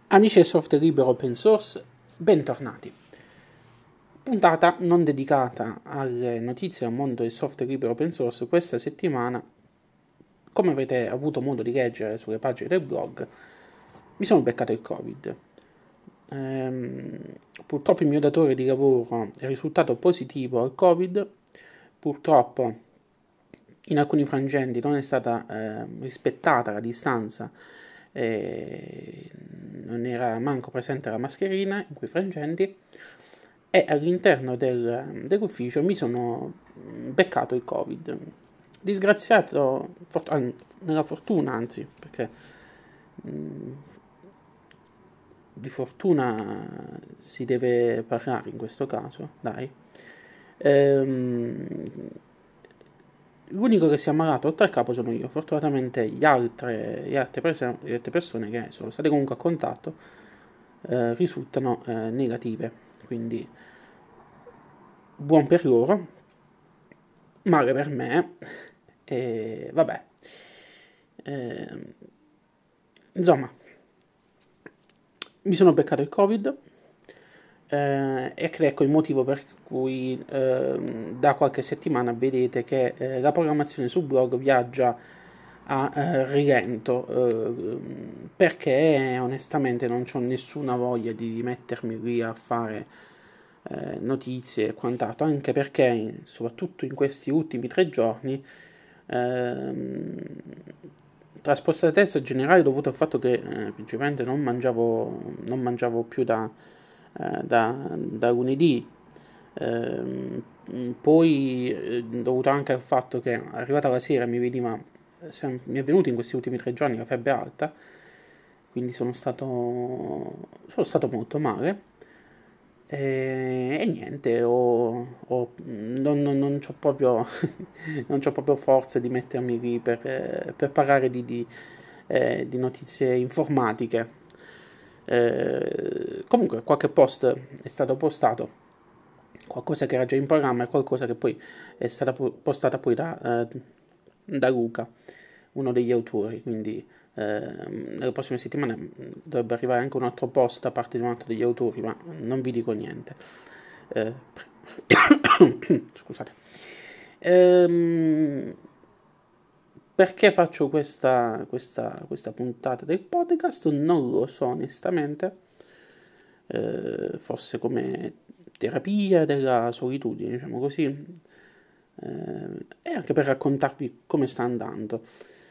Amici del software libero open source, bentornati. Puntata non dedicata alle notizie del mondo del software libero open source. Questa settimana, come avete avuto modo di leggere sulle pagine del blog, mi sono beccato il Covid. Purtroppo il mio datore di lavoro è risultato positivo al Covid. Purtroppo in alcuni frangenti non è stata rispettata la distanza, non era manco presente la mascherina in quei frangenti, e all'interno dell'ufficio mi sono beccato il Covid. Disgraziato, nella fortuna anzi, perché di fortuna si deve parlare in questo caso, dai. L'unico che si è ammalato oltre al capo sono io. Fortunatamente le altre persone che sono state comunque a contatto risultano negative, quindi buon per loro, male per me, e vabbè. Insomma, mi sono beccato il Covid, ed ecco il motivo per cui da qualche settimana vedete che la programmazione sul blog viaggia a rilento, perché onestamente non ho nessuna voglia di mettermi lì a fare notizie e quant'altro, anche perché soprattutto in questi ultimi 3 giorni tra spostatezza generale dovuta al fatto che principalmente non mangiavo più da lunedì, poi dovuto anche al fatto che arrivata la sera mi è venuta in questi ultimi 3 giorni la febbre alta, quindi sono stato molto male. E niente, non c'ho proprio, non c'ho proprio forza di mettermi lì per parlare di notizie informatiche. Comunque, qualche post è stato postato, qualcosa che era già in programma e qualcosa che poi è stata postata poi da Luca, uno degli autori, quindi nelle prossime settimane dovrebbe arrivare anche un altro post da parte di un altro degli autori, ma non vi dico niente. Scusate. Perché faccio questa puntata del podcast? Non lo so onestamente. Forse come terapia della solitudine, diciamo così, e anche per raccontarvi come sta andando.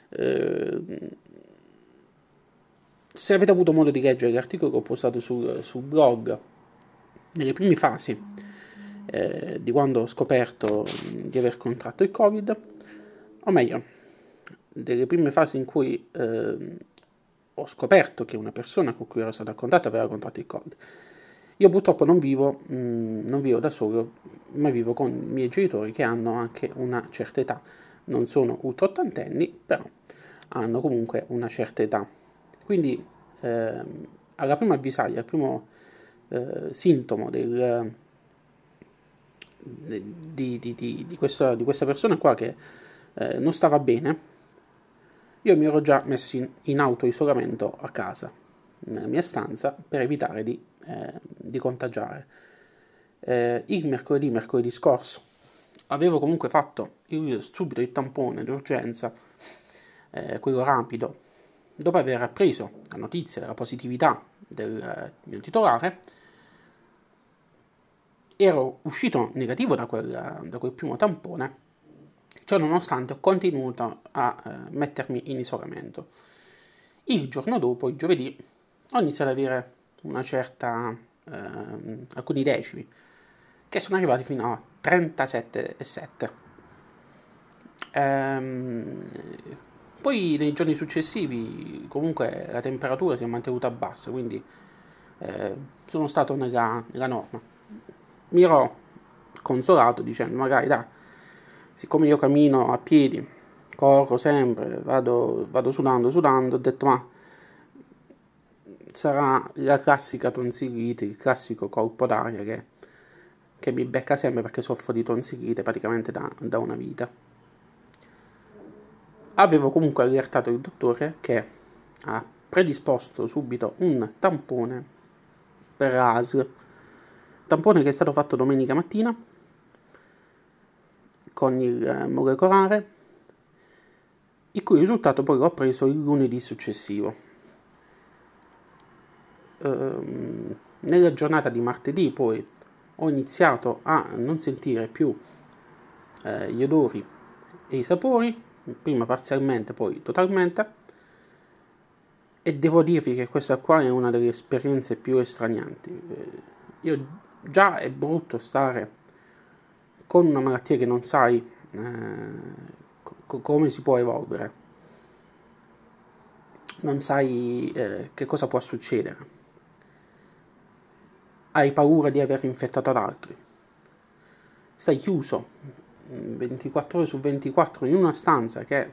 Se avete avuto modo di leggere l'articolo che ho postato sul blog, nelle prime fasi di quando ho scoperto di aver contratto il Covid, o meglio, delle prime fasi in cui ho scoperto che una persona con cui ero stato a contatto aveva contratto il Covid. Io purtroppo non vivo da solo, ma vivo con i miei genitori che hanno anche una certa età. Non sono ultra ottantenni, però hanno comunque una certa età. Quindi alla prima avvisaglia, al primo sintomo di questa persona qua che non stava bene, io mi ero già messo in auto-isolamento a casa, nella mia stanza, per evitare di contagiare. Il mercoledì scorso, avevo comunque fatto subito il tampone d'urgenza, quello rapido, dopo aver appreso la notizia della positività del mio titolare. Ero uscito negativo da quel primo tampone, ciò nonostante ho continuato a mettermi in isolamento. Il giorno dopo, il giovedì, ho iniziato ad avere alcuni decimi, che sono arrivati fino a 37,7. Poi nei giorni successivi comunque la temperatura si è mantenuta bassa, quindi sono stato nella norma. Mi ero consolato dicendo magari dai, siccome io cammino a piedi, corro sempre, vado sudando, ho detto ma sarà la classica tonsillite, il classico colpo d'aria che mi becca sempre perché soffro di tonsillite praticamente da una vita. Avevo comunque allertato il dottore che predisposto subito un tampone per ASL, tampone che è stato fatto domenica mattina con il molecolare, il cui risultato poi l'ho preso il lunedì successivo. Nella giornata di martedì poi ho iniziato a non sentire più gli odori e i sapori, prima parzialmente, poi totalmente, e devo dirvi che questa qua è una delle esperienze più estranianti. Già è brutto stare con una malattia che non sai come si può evolvere, non sai che cosa può succedere, hai paura di aver infettato ad altri, stai chiuso 24 ore su 24 in una stanza che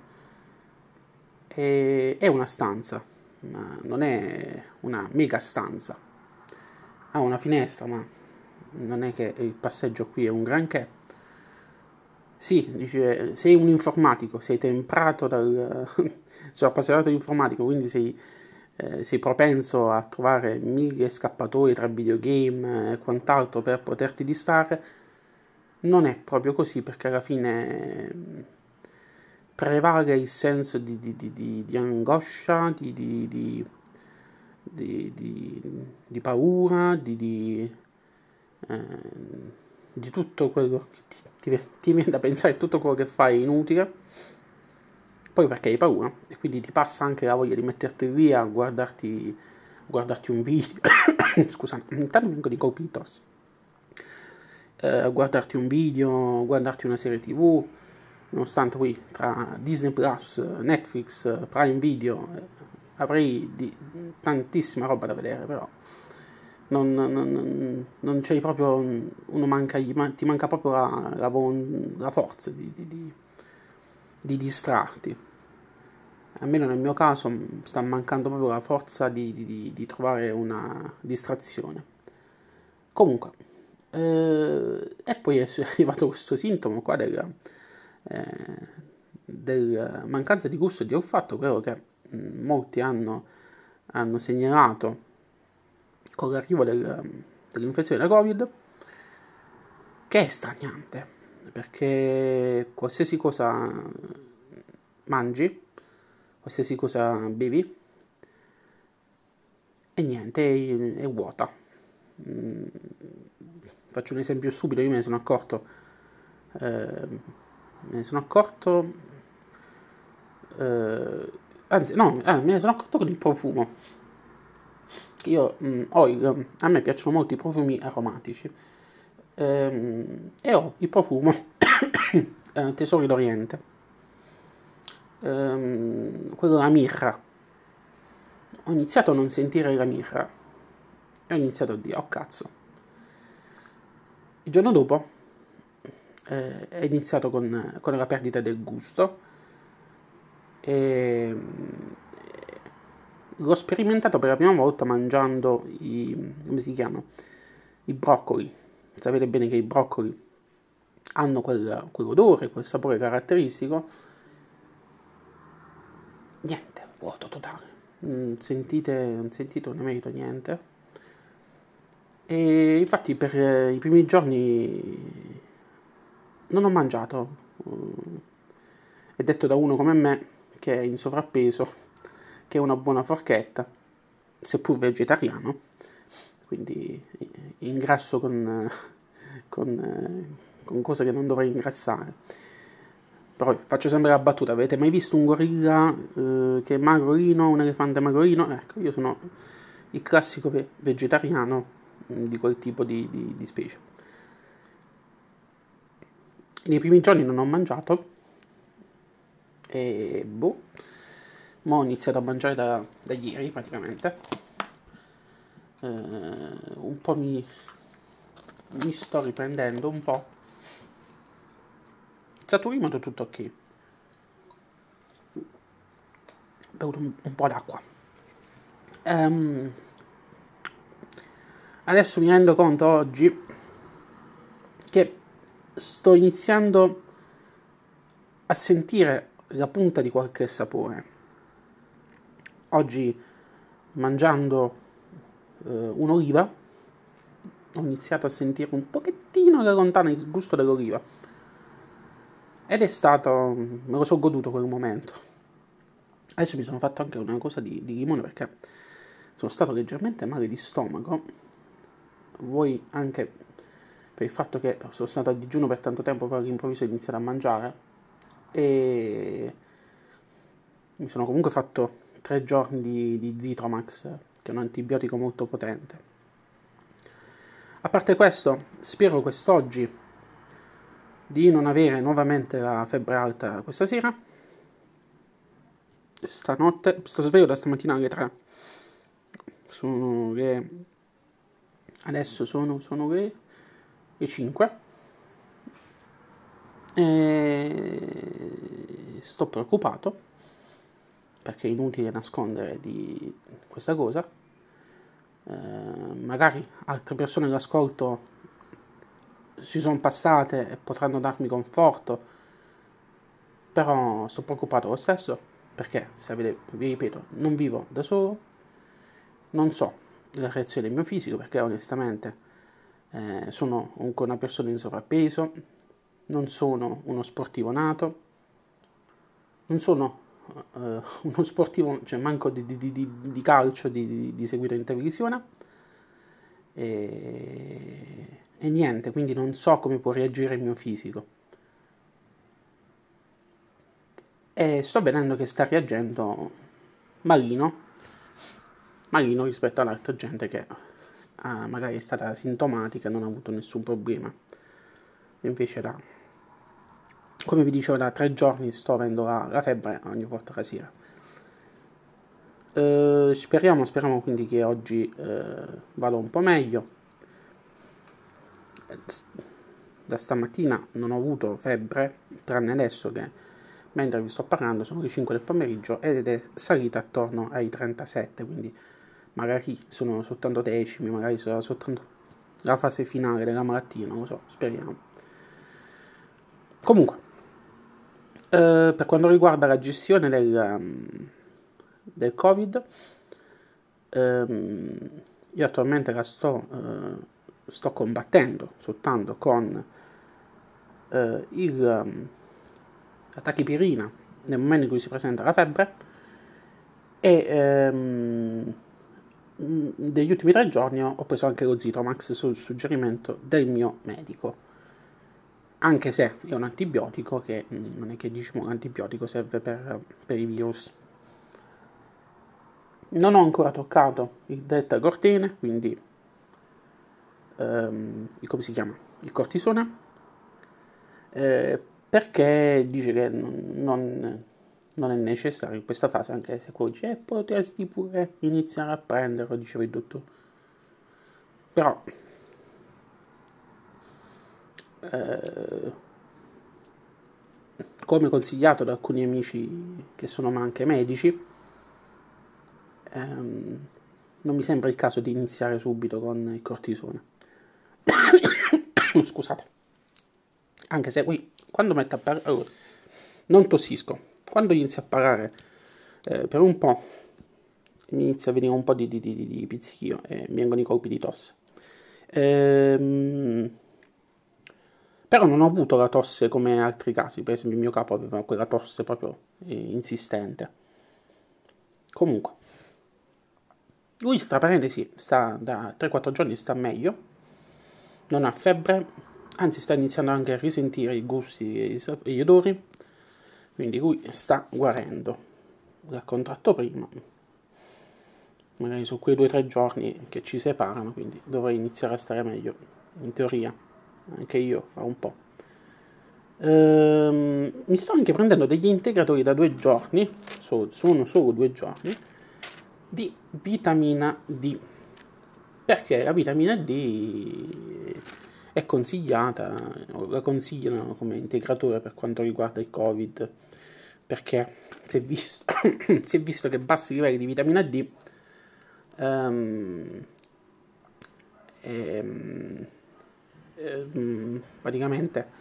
è una stanza, ma non è una mega stanza, ha una finestra, ma non è che il passeggio qui è un granché. Sì, dice, sei un informatico, sei temprato sei appassionato di informatica, quindi sei propenso a trovare mille scappatori tra videogame e quant'altro per poterti distrarre. Non è proprio così, perché alla fine prevale il senso di angoscia, di paura, di tutto quello che ti viene da pensare, tutto quello che fai è inutile, poi perché hai paura, e quindi ti passa anche la voglia di metterti lì a guardarti un video. Scusa, intanto vengo di colpi di tosse. Guardarti un video, guardarti una serie TV, nonostante qui tra Disney Plus, Netflix, Prime Video avrei tantissima roba da vedere, però non c'è proprio, ti manca proprio la forza di distrarti. Almeno nel mio caso sta mancando proprio la forza di trovare una distrazione. Comunque, e poi è arrivato questo sintomo qua del mancanza di gusto e di olfatto, quello che molti hanno segnalato con l'arrivo dell'infezione da Covid, che è straniante, perché qualsiasi cosa mangi, qualsiasi cosa bevi, e niente, è vuota. Faccio un esempio stupido, io me ne sono accorto, me ne sono accorto con il profumo. Io a me piacciono molto i profumi aromatici, e ho il profumo Tesori d'Oriente, quello della mirra. Ho iniziato a non sentire la mirra e ho iniziato a dire, oh cazzo. Il giorno dopo è iniziato con la perdita del gusto, e l'ho sperimentato per la prima volta mangiando come si chiama? I broccoli. Sapete bene che i broccoli hanno quell'odore, quel sapore caratteristico. Niente, vuoto totale. Non sentito né merito niente. E infatti per i primi giorni non ho mangiato. È detto da uno come me, che è in sovrappeso, che è una buona forchetta, seppur vegetariano, quindi ingrasso con cose che non dovrei ingrassare. Però faccio sempre la battuta: avete mai visto un gorilla che è magrolino, un elefante magrolino? Ecco, io sono il classico vegetariano di quel tipo di specie. Nei primi giorni non ho mangiato e mo ho iniziato a mangiare da ieri praticamente. Un po' mi sto riprendendo un po'. Saturimato tutto ok. Ho bevuto un po' d'acqua. Adesso mi rendo conto oggi che sto iniziando a sentire la punta di qualche sapore. Oggi mangiando un'oliva, ho iniziato a sentire un pochettino da lontano il gusto dell'oliva. Ed è stato, me lo sono goduto quel momento. Adesso mi sono fatto anche una cosa di limone perché sono stato leggermente male di stomaco. Vuoi anche per il fatto che sono stato a digiuno per tanto tempo, poi all'improvviso ho iniziato a mangiare. E mi sono comunque fatto 3 giorni di Zitromax, che è un antibiotico molto potente. A parte questo, spero quest'oggi di non avere nuovamente la febbre alta questa sera. Stanotte, sto sveglio da stamattina alle 3. Adesso sono le 5. E sto preoccupato perché è inutile nascondere di questa cosa. Magari altre persone all'ascolto si sono passate e potranno darmi conforto, però sto preoccupato lo stesso perché, vi ripeto, non vivo da solo, non so la reazione del mio fisico perché onestamente sono comunque una persona in sovrappeso, non sono uno sportivo nato, non sono uno sportivo, cioè manco di calcio di seguire in televisione e niente, quindi non so come può reagire il mio fisico e sto vedendo che sta reagendo malino rispetto ad altra gente che magari è stata asintomatica e non ha avuto nessun problema. Invece come vi dicevo, da 3 giorni sto avendo la febbre ogni volta la sera. Speriamo quindi che oggi vada un po' meglio. Da stamattina non ho avuto febbre, tranne adesso che mentre vi sto parlando sono le 5 del pomeriggio ed è salita attorno ai 37, quindi magari sono soltanto decimi, magari sarà soltanto la fase finale della malattia, non lo so, speriamo. Comunque, per quanto riguarda la gestione del Covid, io attualmente la sto combattendo soltanto con la tachipirina nel momento in cui si presenta la febbre e negli ultimi 3 giorni ho preso anche lo Zitromax sul suggerimento del mio medico, anche se è un antibiotico che non è che diciamo l'antibiotico serve per i virus. Non ho ancora toccato il delta-cortene, quindi come si chiama? Il cortisone, perché dice che non è necessario in questa fase, anche se poi dice potresti pure iniziare a prenderlo, diceva il dottore. Però come consigliato da alcuni amici che sono anche medici, non mi sembra il caso di iniziare subito con il cortisone. Scusate. Anche se qui, quando metto a parlare, allora, non tossisco. Quando inizio a parlare per un po', mi inizia a venire un po' di pizzichio e mi vengono i colpi di tosse. Però non ho avuto la tosse come altri casi, per esempio il mio capo aveva quella tosse proprio insistente. Comunque, lui tra parentesi sta da 3-4 giorni, sta meglio, non ha febbre, anzi sta iniziando anche a risentire i gusti e gli odori, quindi lui sta guarendo. L'ha contratto prima, magari su quei 2-3 giorni che ci separano, quindi dovrei iniziare a stare meglio, in teoria, anche io fa un po'. Mi sto anche prendendo degli integratori da 2 giorni, sono solo 2 giorni, di vitamina D, perché la vitamina D è consigliata, la consigliano come integratore per quanto riguarda il Covid, perché si è visto, si è visto che bassi livelli di vitamina D praticamente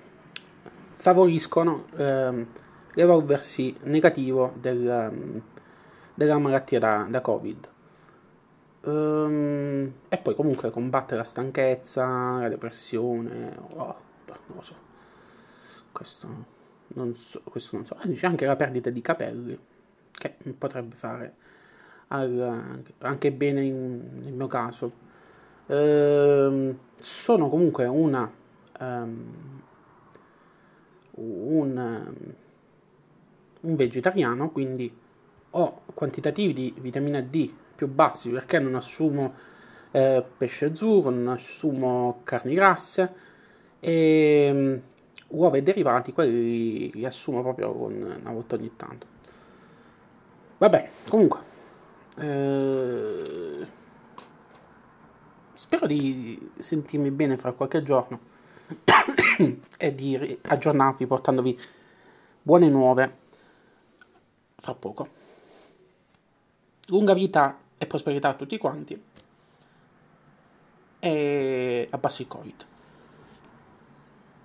favoriscono l'evolversi negativo della malattia da Covid. E poi comunque combatte la stanchezza, la depressione, non lo so, questo questo non so. Dice anche la perdita di capelli, che potrebbe fare anche bene nel mio caso. Sono comunque un vegetariano, quindi ho quantitativi di vitamina D più bassi perché non assumo pesce azzurro, non assumo carni grasse e uova e derivati, quelli li assumo proprio una volta ogni tanto. Vabbè, comunque, spero di sentirmi bene fra qualche giorno e di aggiornarvi portandovi buone nuove fra poco. Lunga vita e prosperità a tutti quanti e abbassi il Covid.